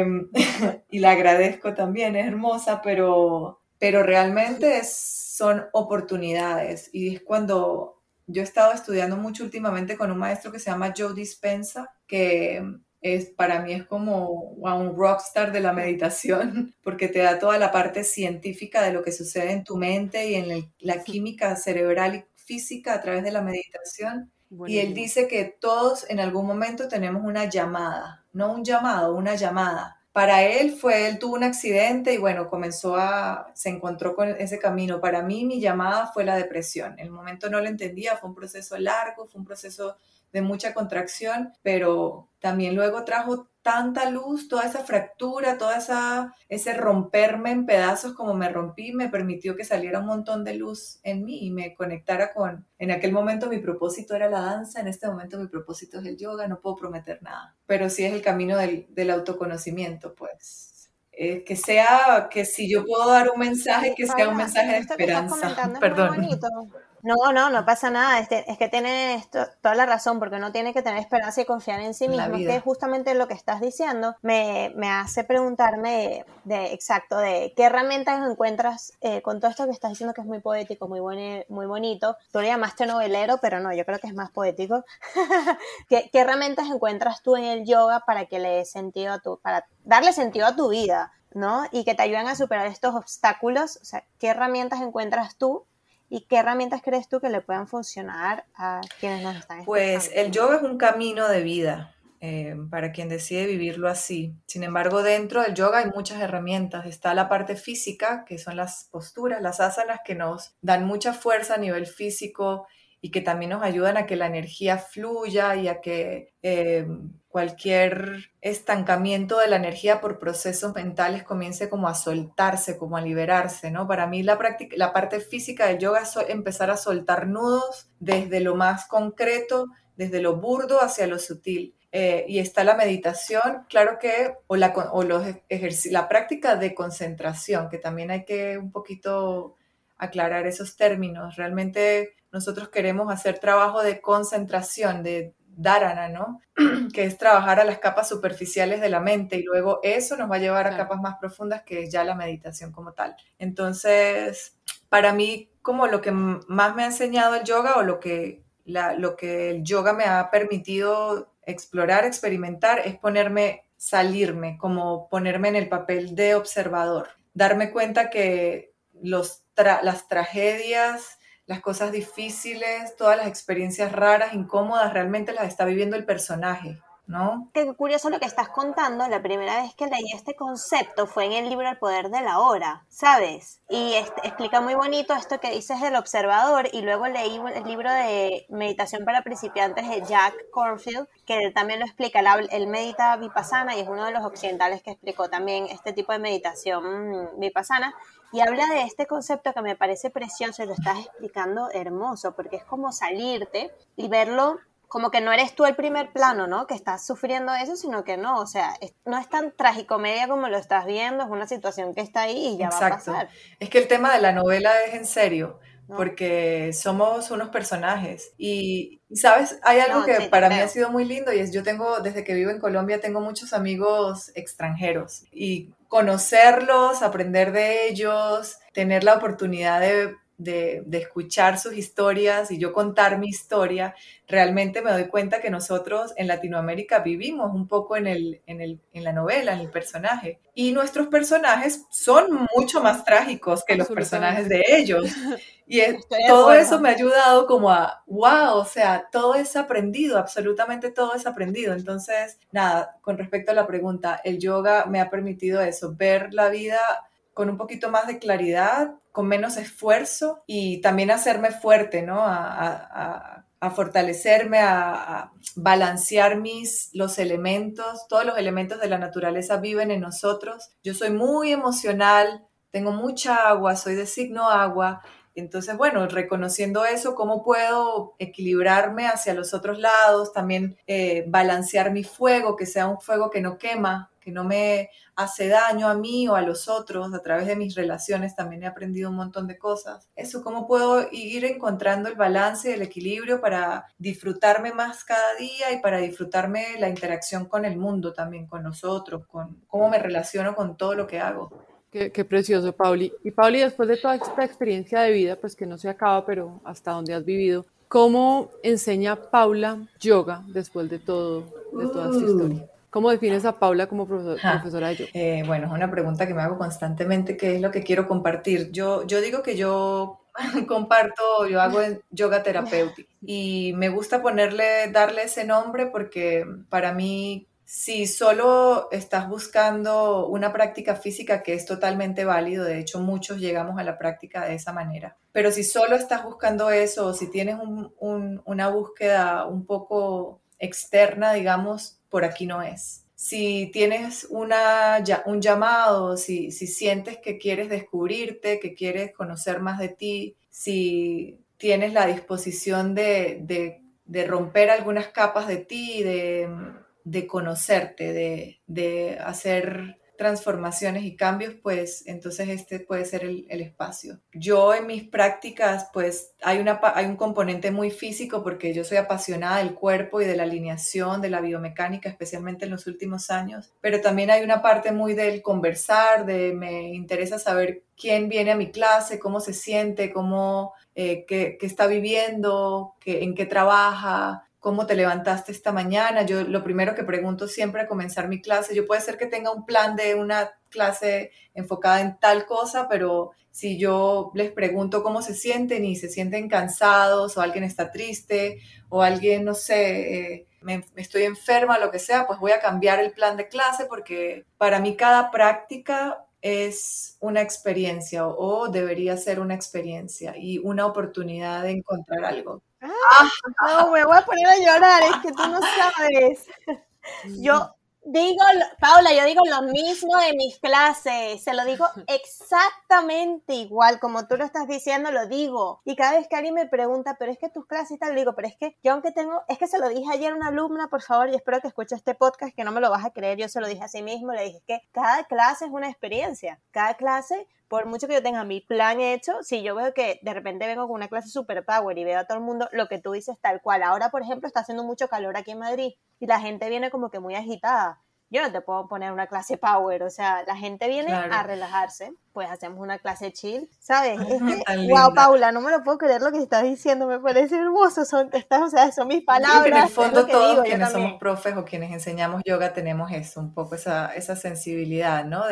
Y la agradezco también, es hermosa, pero realmente son oportunidades. Y es cuando yo he estado estudiando mucho últimamente con un maestro que se llama Joe Dispenza, que para mí es como un rockstar de la meditación, porque te da toda la parte científica de lo que sucede en tu mente y en la química cerebral y física a través de la meditación. Y él Buenísimo. dice que todos en algún momento tenemos una llamada, no un llamado, una llamada. Para él él tuvo un accidente y bueno, se encontró con ese camino. Para mí mi llamada fue la depresión. En el momento no lo entendía, fue un proceso largo, fue un proceso de mucha contracción, pero también luego trajo tanta luz, toda esa fractura, ese romperme en pedazos como me rompí, me permitió que saliera un montón de luz en mí y me conectara en aquel momento mi propósito era la danza, en este momento mi propósito es el yoga, no puedo prometer nada, pero sí es el camino del autoconocimiento, pues. Que si yo puedo dar un mensaje, Sí, que sea un Paula, mensaje de esto que estás esperanza. comentando es muy Perdón. bonito. No pasa nada. Es que tienes toda la razón, porque uno tiene que tener esperanza y confiar en sí En la mismo. Es que vida. justamente lo que estás diciendo me hace preguntarme exacto, de qué herramientas encuentras con todo esto que estás diciendo, que es muy poético, muy bonito. Tú le llamaste novelero, pero no, yo creo que es más poético. ¿Qué herramientas encuentras tú en el yoga para que le dé sentido para darle sentido a tu vida, ¿no? Y que te ayuden a superar estos obstáculos? O sea, ¿qué herramientas encuentras tú y qué herramientas crees tú que le puedan funcionar a quienes nos están Pues escuchando? el yoga es un camino de vida para quien decide vivirlo así. Sin embargo, dentro del yoga hay muchas herramientas. Está la parte física, que son las posturas, las asanas, que nos dan mucha fuerza a nivel físico y que también nos ayudan a que la energía fluya y a que cualquier estancamiento de la energía por procesos mentales comience como a soltarse, como a liberarse, ¿no? Para mí la parte física del yoga es empezar a soltar nudos desde lo más concreto, desde lo burdo hacia lo sutil. Y está la meditación, claro que, la práctica de concentración, que también hay que un poquito aclarar esos términos. Realmente nosotros queremos hacer trabajo de concentración, de dharana, ¿no? Que es trabajar a las capas superficiales de la mente y luego eso nos va a llevar a Claro. capas más profundas, que es ya la meditación como tal. Entonces, para mí, como lo que más me ha enseñado el yoga o lo que el yoga me ha permitido explorar, experimentar, es salirme, como ponerme en el papel de observador, darme cuenta que las tragedias, las cosas difíciles, todas las experiencias raras, incómodas, realmente las está viviendo el personaje, ¿no? Qué curioso lo que estás contando. La primera vez que leí este concepto fue en el libro El poder de la hora, ¿sabes? Y explica muy bonito esto que dices del observador, y luego leí el libro de Meditación para principiantes de Jack Cornfield, que él también lo explica. Él medita vipassana y es uno de los occidentales que explicó también este tipo de meditación vipassana. Y habla de este concepto que me parece precioso y lo estás explicando hermoso, porque es como salirte y verlo como que no eres tú el primer plano, ¿no? Que estás sufriendo eso, sino que no, o sea, no es tan tragicomedia como lo estás viendo, es una situación que está ahí y ya va a Exacto. pasar, Es que el tema de la novela es en serio, ¿no? porque somos unos personajes. ¿Sabes? Hay algo No, que sí, te para mí ha creo. sido muy lindo y desde que vivo en Colombia, tengo muchos amigos extranjeros y conocerlos, aprender de ellos, tener la oportunidad de escuchar sus historias y yo contar mi historia, realmente me doy cuenta que nosotros en Latinoamérica vivimos un poco en la novela, en el personaje. Y nuestros personajes son mucho más trágicos que los personajes Absolutamente. de ellos. Y Estoy de todo acuerdo. eso me ha ayudado como a, wow, o sea, todo es aprendido, absolutamente todo es aprendido. Entonces, nada, con respecto a la pregunta, el yoga me ha permitido eso, ver la vida con un poquito más de claridad, con menos esfuerzo y también hacerme fuerte, ¿no? A fortalecerme, a balancear los elementos, todos los elementos de la naturaleza viven en nosotros. Yo soy muy emocional, tengo mucha agua, soy de signo agua. Entonces, bueno, reconociendo eso, ¿cómo puedo equilibrarme hacia los otros lados? También balancear mi fuego, que sea un fuego que no quema, que no me hace daño a mí o a los otros. A través de mis relaciones también he aprendido un montón de cosas. Eso, ¿cómo puedo ir encontrando el balance y el equilibrio para disfrutarme más cada día y para disfrutarme la interacción con el mundo también, con nosotros, con cómo me relaciono con todo lo que hago? Qué precioso, Pauli. Y Pauli, después de toda esta experiencia de vida, pues que no se acaba, pero hasta donde has vivido, ¿cómo enseña Paula yoga después de toda esta historia? ¿Cómo defines a Paula como profesora de yoga? Bueno, es una pregunta que me hago constantemente, ¿qué es lo que quiero compartir? Yo digo que yo yo hago yoga terapéutico y me gusta darle ese nombre porque para mí, si solo estás buscando una práctica física, que es totalmente válido, de hecho muchos llegamos a la práctica de esa manera, pero si solo estás buscando eso o si tienes una búsqueda un poco externa, digamos, por aquí no es. Si tienes un llamado, si sientes que quieres descubrirte, que quieres conocer más de ti, si tienes la disposición de romper algunas capas de ti, de conocerte, de hacer transformaciones y cambios, pues entonces este puede ser el espacio. Yo en mis prácticas, pues hay un componente muy físico porque yo soy apasionada del cuerpo y de la alineación, de la biomecánica, especialmente en los últimos años, pero también hay una parte muy del conversar, me interesa saber quién viene a mi clase, cómo se siente, qué está viviendo, en qué trabaja, cómo te levantaste esta mañana. Yo lo primero que pregunto siempre al comenzar mi clase, yo puede ser que tenga un plan de una clase enfocada en tal cosa, pero si yo les pregunto cómo se sienten y se sienten cansados o alguien está triste o alguien, no sé, estoy enferma, lo que sea, pues voy a cambiar el plan de clase porque para mí cada práctica es una experiencia o debería ser una experiencia y una oportunidad de encontrar algo. No, me voy a poner a llorar, es que tú no sabes. Yo digo, Paula, yo digo lo mismo de mis clases, se lo digo exactamente igual, como tú lo estás diciendo, lo digo. Y cada vez que alguien me pregunta, pero es que tus clases tal, le digo, pero es que yo aunque es que se lo dije ayer a una alumna, por favor, y espero que escuche este podcast, que no me lo vas a creer, yo se lo dije a sí mismo, le dije que cada clase es una experiencia, cada clase, por mucho que yo tenga mi plan hecho, si yo veo que de repente vengo con una clase super power y veo a todo el mundo lo que tú dices tal cual. Ahora, por ejemplo, está haciendo mucho calor aquí en Madrid y la gente viene como que muy agitada. Yo no te puedo poner una clase power, o sea, la gente viene a relajarse, pues hacemos una clase chill, ¿sabes? Es que, wow, Paula, no me lo puedo creer lo que estás diciendo, me parece hermoso, son mis palabras. Creo que en el fondo todos quienes somos profes o quienes enseñamos yoga tenemos eso, un poco esa sensibilidad, ¿no?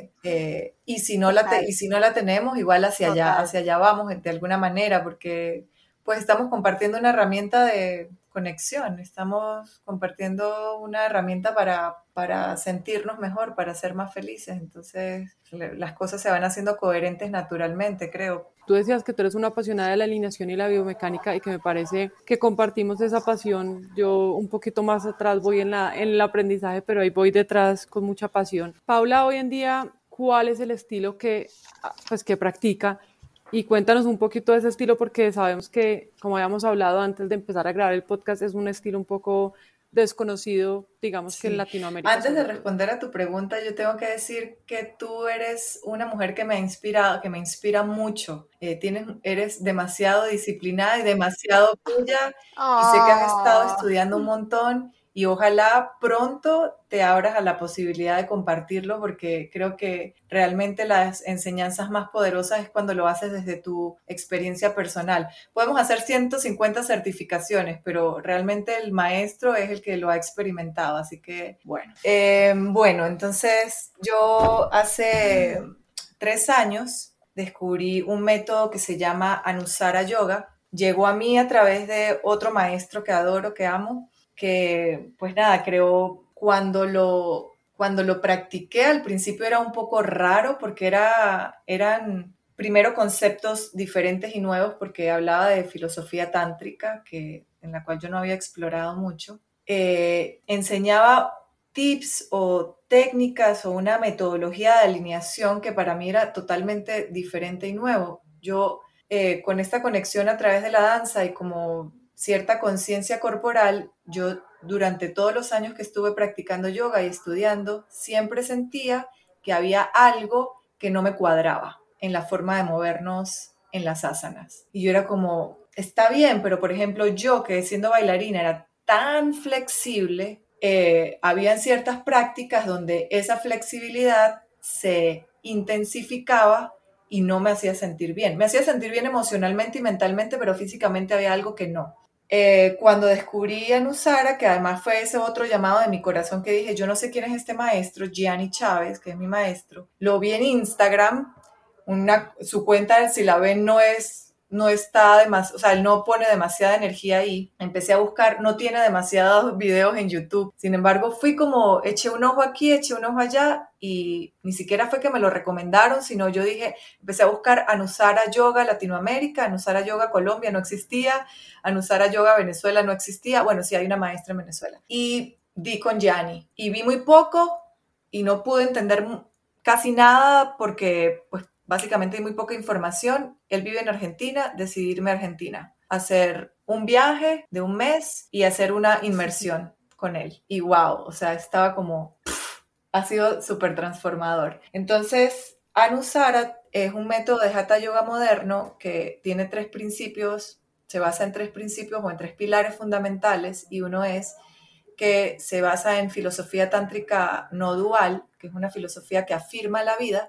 Y si no la tenemos, igual hacia allá vamos de alguna manera, porque pues estamos compartiendo una herramienta de conexión, estamos compartiendo una herramienta para sentirnos mejor, para ser más felices. Entonces las cosas se van haciendo coherentes naturalmente, creo. Tú decías que tú eres una apasionada de la alineación y la biomecánica y que me parece que compartimos esa pasión. Yo un poquito más atrás voy en el aprendizaje, pero ahí voy detrás con mucha pasión. Paula, hoy en día, ¿cuál es el estilo que practica? Y cuéntanos un poquito de ese estilo porque sabemos que, como habíamos hablado antes de empezar a grabar el podcast, es un estilo un poco desconocido, digamos, que en Latinoamérica. Antes de responder a tu pregunta, yo tengo que decir que tú eres una mujer que me inspira mucho. Eres demasiado disciplinada y demasiado bella y sé que has estado estudiando un montón y ojalá pronto te abras a la posibilidad de compartirlo, porque creo que realmente las enseñanzas más poderosas es cuando lo haces desde tu experiencia personal. Podemos hacer 150 certificaciones, pero realmente el maestro es el que lo ha experimentado, así que bueno. Bueno, entonces yo hace 3 años descubrí un método que se llama Anusara Yoga. Llegó a mí a través de otro maestro que adoro, que amo, que pues nada, creó cuando lo practiqué. Al principio era un poco raro porque eran primero conceptos diferentes y nuevos, porque hablaba de filosofía tántrica, en la cual yo no había explorado mucho. Enseñaba tips o técnicas o una metodología de alineación que para mí era totalmente diferente y nuevo. Yo, con esta conexión a través de la danza y como cierta conciencia corporal, yo durante todos los años que estuve practicando yoga y estudiando, siempre sentía que había algo que no me cuadraba en la forma de movernos en las asanas. Y yo era como, está bien, pero por ejemplo yo, que siendo bailarina era tan flexible, habían ciertas prácticas donde esa flexibilidad se intensificaba y no me hacía sentir bien. Me hacía sentir bien emocionalmente y mentalmente, pero físicamente había algo que no. Cuando descubrí a Nusara, que además fue ese otro llamado de mi corazón que dije, yo no sé quién es este maestro, Gianni Chávez, que es mi maestro, lo vi en Instagram, su cuenta, si la ven, no está demasiado, o sea, él no pone demasiada energía ahí. Empecé a buscar, no tiene demasiados videos en YouTube. Sin embargo, fui como, eché un ojo aquí, eché un ojo allá, y ni siquiera fue que me lo recomendaron, sino yo dije, empecé a buscar Anusara Yoga Latinoamérica, Anusara Yoga Colombia no existía, Anusara Yoga Venezuela no existía. Bueno, sí hay una maestra en Venezuela. Y di con Gianni, y vi muy poco, y no pude entender casi nada, porque pues básicamente hay muy poca información. Él vive en Argentina, decidí irme a Argentina, hacer un viaje de un mes y hacer una inmersión con él. Y wow, o sea, estaba como, ha sido súper transformador. Entonces, Anusara es un método de Hatha Yoga moderno que tiene 3 principios, se basa en 3 principios o en 3 pilares fundamentales, y uno es que se basa en filosofía tántrica no dual, que es una filosofía que afirma la vida,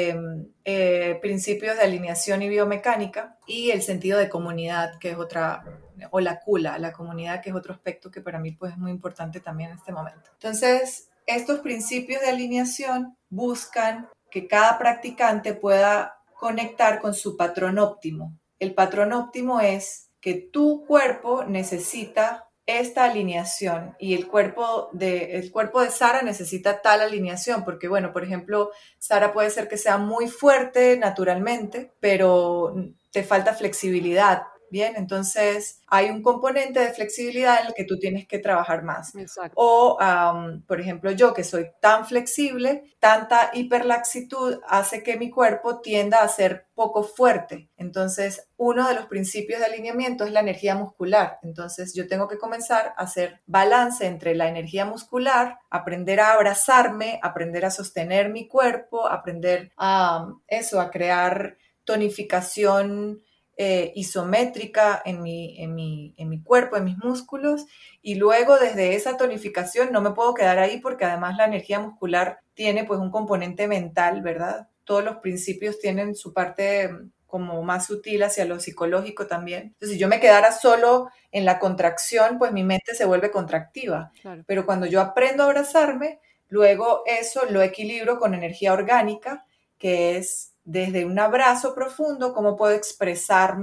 principios de alineación y biomecánica, y el sentido de comunidad, que es otra, o la kula, la comunidad, que es otro aspecto que para mí pues, es muy importante también en este momento. Entonces, estos principios de alineación buscan que cada practicante pueda conectar con su patrón óptimo. El patrón óptimo es que tu cuerpo necesita esta alineación, y el cuerpo de Sara necesita tal alineación, porque bueno, por ejemplo, Sara puede ser que sea muy fuerte naturalmente, pero te falta flexibilidad. Bien, entonces hay un componente de flexibilidad en el que tú tienes que trabajar más. Exacto. O, por ejemplo, yo que soy tan flexible, tanta hiperlaxitud hace que mi cuerpo tienda a ser poco fuerte. Entonces, uno de los principios de alineamiento es la energía muscular. Entonces, yo tengo que comenzar a hacer balance entre la energía muscular, aprender a abrazarme, aprender a sostener mi cuerpo, aprender a crear tonificación isométrica en mi cuerpo, en mis músculos, y luego desde esa tonificación no me puedo quedar ahí, porque además la energía muscular tiene pues un componente mental, ¿verdad? Todos los principios tienen su parte como más sutil hacia lo psicológico también. Entonces, si yo me quedara solo en la contracción, pues mi mente se vuelve contractiva. Claro. Pero cuando yo aprendo a abrazarme, luego eso lo equilibro con energía orgánica, que es desde un abrazo profundo, cómo puedo expresar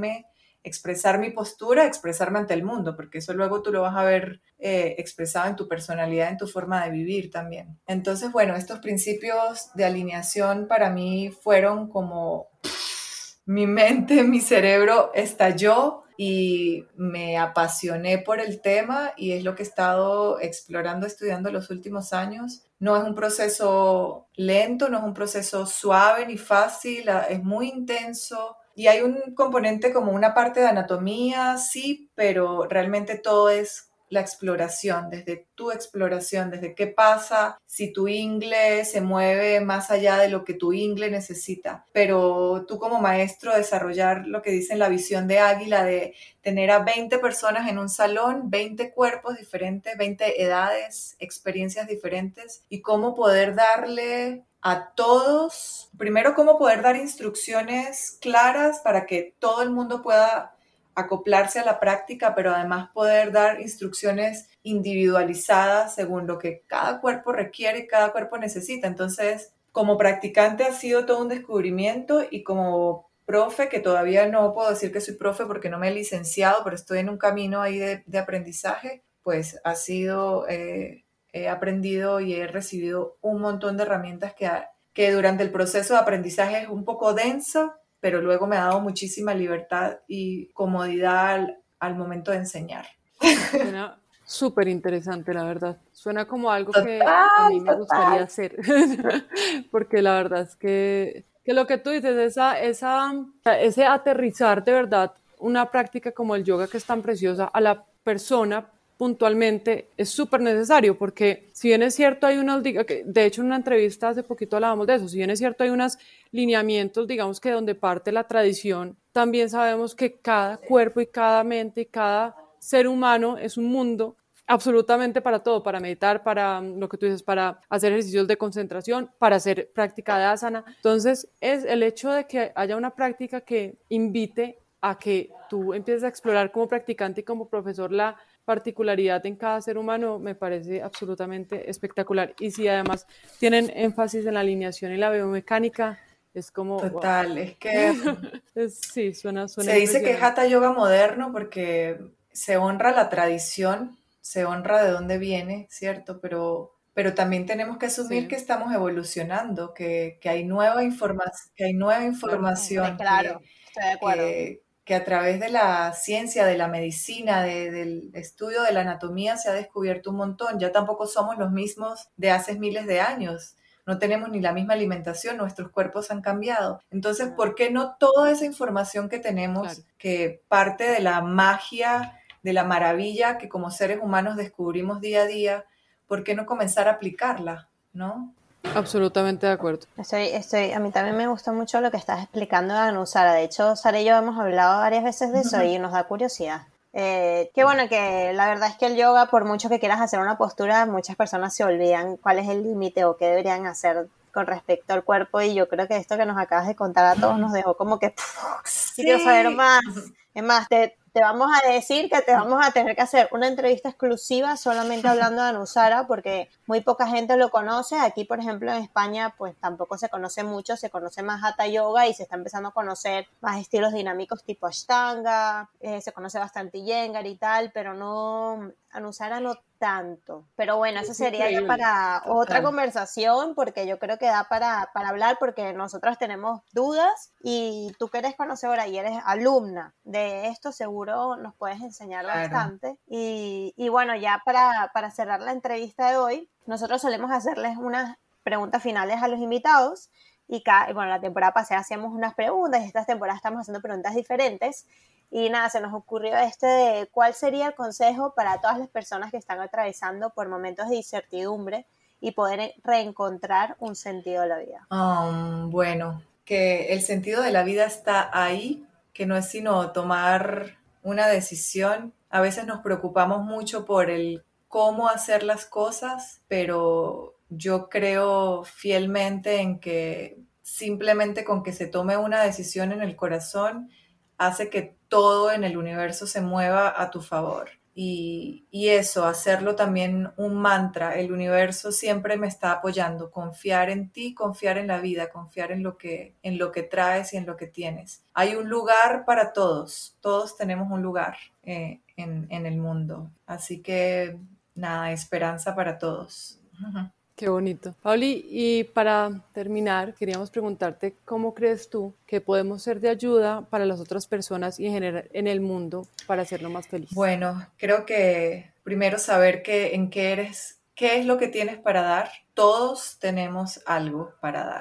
mi postura, expresarme ante el mundo, porque eso luego tú lo vas a ver expresado en tu personalidad, en tu forma de vivir también. Entonces, bueno, estos principios de alineación para mí fueron como mi mente, mi cerebro estalló y me apasioné por el tema, y es lo que he estado explorando, estudiando los últimos años. No es un proceso lento, no es un proceso suave ni fácil, es muy intenso. Y hay un componente como una parte de anatomía, sí, pero realmente todo es la exploración, desde tu exploración, desde qué pasa si tu ingle se mueve más allá de lo que tu ingle necesita. Pero tú como maestro desarrollar lo que dicen la visión de águila, de tener a 20 personas en un salón, 20 cuerpos diferentes, 20 edades, experiencias diferentes, y cómo poder darle a todos, primero cómo poder dar instrucciones claras para que todo el mundo pueda acoplarse a la práctica, pero además poder dar instrucciones individualizadas según lo que cada cuerpo requiere y cada cuerpo necesita. Entonces, como practicante ha sido todo un descubrimiento, y como profe, que todavía no puedo decir que soy profe porque no me he licenciado, pero estoy en un camino ahí de aprendizaje, pues ha sido, he aprendido y he recibido un montón de herramientas que durante el proceso de aprendizaje es un poco denso, pero luego me ha dado muchísima libertad y comodidad al momento de enseñar. Suena súper interesante, la verdad. Suena como algo que a Total, mí me gustaría total. hacer, porque la verdad es que lo que tú dices, ese aterrizar de verdad una práctica como el yoga, que es tan preciosa, a la persona puntualmente es súper necesario, porque si bien es cierto hay unos, de hecho en una entrevista hace poquito hablábamos de eso, si bien es cierto hay unos lineamientos, digamos que donde parte la tradición, también sabemos que cada cuerpo y cada mente y cada ser humano es un mundo absolutamente para todo, para meditar, para lo que tú dices, para hacer ejercicios de concentración, para hacer práctica de asana. Entonces, es el hecho de que haya una práctica que invite a que tú empieces a explorar como practicante y como profesor la particularidad en cada ser humano, me parece absolutamente espectacular. Y si además tienen énfasis en la alineación y la biomecánica, es como, wow. Total, es que Sí, suena se dice que es impresionante. Hatha Yoga moderno porque se honra la tradición, se honra de dónde viene, ¿cierto? Pero también tenemos que asumir que Sí, estamos evolucionando, que hay nueva que hay nueva claro. información, Claro, estoy de acuerdo. que a través de la ciencia, de la medicina, del estudio de la anatomía se ha descubierto un montón. Ya tampoco somos los mismos de hace miles de años. No tenemos ni la misma alimentación, nuestros cuerpos han cambiado. Entonces, Claro, ¿por qué no toda esa información que claro. tenemos, que parte de la magia, de la maravilla que como seres humanos descubrimos día a día, por qué no comenzar a aplicarla, ¿no? Absolutamente de acuerdo. A mí también me gustó mucho lo que estás explicando de Anusara. De hecho, Sara y yo hemos hablado varias veces de eso y nos da curiosidad. Qué bueno que la verdad es que el yoga, por mucho que quieras hacer una postura, muchas personas se olvidan cuál es el límite o qué deberían hacer con respecto al cuerpo, y yo creo que esto que nos acabas de contar a todos nos dejó como que sí quiero saber Sí, más. Es más, te vamos a decir que te vamos a tener que hacer una entrevista exclusiva solamente hablando de Anusara, porque muy poca gente lo conoce. Aquí, por ejemplo, en España, pues tampoco se conoce mucho, se conoce más Hatha Yoga y se está empezando a conocer más estilos dinámicos tipo Ashtanga, se conoce bastante Iyengar y tal, pero no, Anusara no tanto. Pero bueno, eso Es sería ya increíble. para otra total. conversación, porque yo creo que da para hablar, porque nosotras tenemos dudas y tú que eres conocedora y eres alumna de esto, seguro nos puedes enseñar Claro. bastante. Y bueno, ya para cerrar la entrevista de hoy, nosotros solemos hacerles unas preguntas finales a los invitados. Bueno, la temporada pasada hacíamos unas preguntas y esta temporada estamos haciendo preguntas diferentes. Y nada, se nos ocurrió de cuál sería el consejo para todas las personas que están atravesando por momentos de incertidumbre y poder reencontrar un sentido de la vida. Bueno, que el sentido de la vida está ahí, que no es sino tomar una decisión. A veces nos preocupamos mucho por el cómo hacer las cosas, pero yo creo fielmente en que simplemente con que se tome una decisión en el corazón hace que todo en el universo se mueva a tu favor. Y eso, hacerlo también un mantra. El universo siempre me está apoyando. Confiar en ti, confiar en la vida, confiar en lo que traes y en lo que tienes. Hay un lugar para todos. Todos tenemos un lugar en el mundo. Así que nada, esperanza para todos. Qué bonito. Pauli, y para terminar, queríamos preguntarte cómo crees tú que podemos ser de ayuda para las otras personas y en general en el mundo para hacerlo más feliz. Bueno, creo que primero saber en qué eres, qué es lo que tienes para dar. Todos tenemos algo para dar.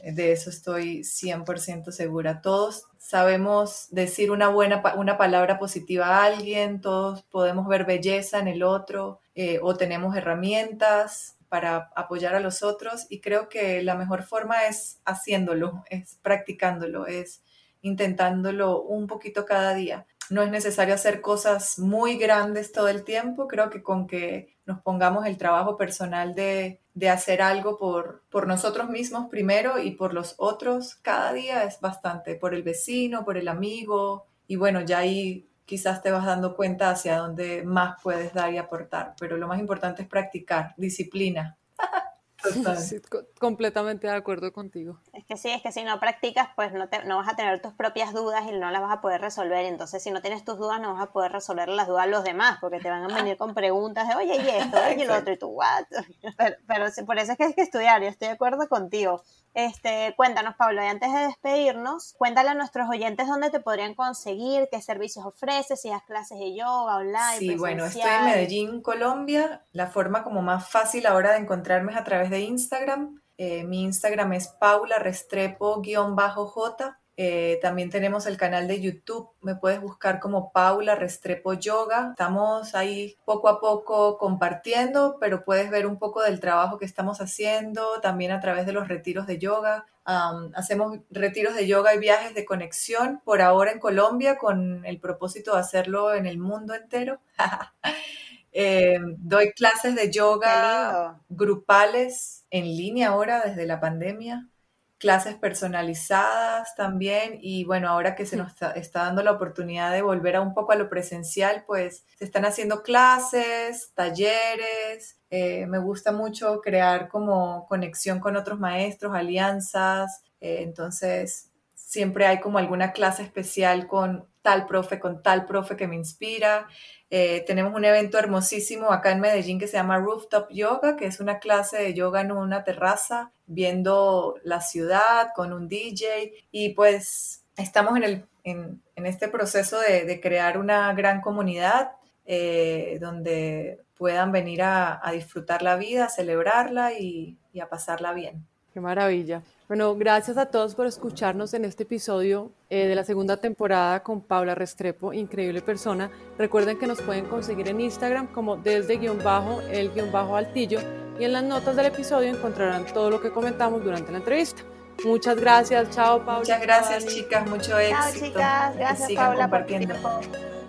de eso estoy 100% segura. Todos sabemos decir una palabra positiva a alguien, todos podemos ver belleza en el otro, o tenemos herramientas para apoyar a los otros, y creo que la mejor forma es haciéndolo, es practicándolo, es intentándolo un poquito cada día. No es necesario hacer cosas muy grandes todo el tiempo. Creo que con que nos pongamos el trabajo personal de hacer algo por nosotros mismos primero y por los otros cada día es bastante. Por el vecino, por el amigo. Y bueno, ya ahí quizás te vas dando cuenta hacia dónde más puedes dar y aportar. Pero lo más importante es practicar, disciplina. Total. Sí, completamente de acuerdo contigo. Es que si no practicas, pues no vas a tener tus propias dudas y no las vas a poder resolver. Entonces, si no tienes tus dudas, no vas a poder resolver las dudas de los demás, porque te van a venir con preguntas de, oye, y esto, oye, y lo otro, y tú, what? Pero por eso es que hay que estudiar, yo estoy de acuerdo contigo. Cuéntanos, Pablo, y antes de despedirnos, cuéntale a nuestros oyentes dónde te podrían conseguir, qué servicios ofreces, si das clases de yoga online, Sí, presencial. bueno, estoy en Medellín, Colombia. La forma como más fácil ahora de encontrarme es a través de Instagram. Mi Instagram es paularestrepo_j. También tenemos el canal de YouTube, me puedes buscar como Paula Restrepo Yoga. Estamos ahí poco a poco compartiendo, pero puedes ver un poco del trabajo que estamos haciendo, también a través de los retiros de yoga. Hacemos retiros de yoga y viajes de conexión, por ahora en Colombia, con el propósito de hacerlo en el mundo entero. Doy clases de yoga grupales en línea ahora desde la pandemia. Clases personalizadas también, y bueno, ahora que se nos está dando la oportunidad de volver un poco a lo presencial, pues se están haciendo clases, talleres. Me gusta mucho crear como conexión con otros maestros, alianzas, entonces siempre hay como alguna clase especial con tal profe que me inspira. Tenemos un evento hermosísimo acá en Medellín que se llama Rooftop Yoga, que es una clase de yoga en una terraza, viendo la ciudad con un DJ, y pues estamos en este proceso de crear una gran comunidad donde puedan venir a disfrutar la vida, a celebrarla y a pasarla bien. Qué maravilla. Bueno, gracias a todos por escucharnos en este episodio de la segunda temporada con Paula Restrepo, increíble persona. Recuerden que nos pueden conseguir en Instagram como desde_el_altillo, y en las notas del episodio encontrarán todo lo que comentamos durante la entrevista. Muchas gracias, chao Paula. Muchas gracias, chicas, mucho éxito. Chao, chicas, gracias Paula compartiendo. por tu tiempo.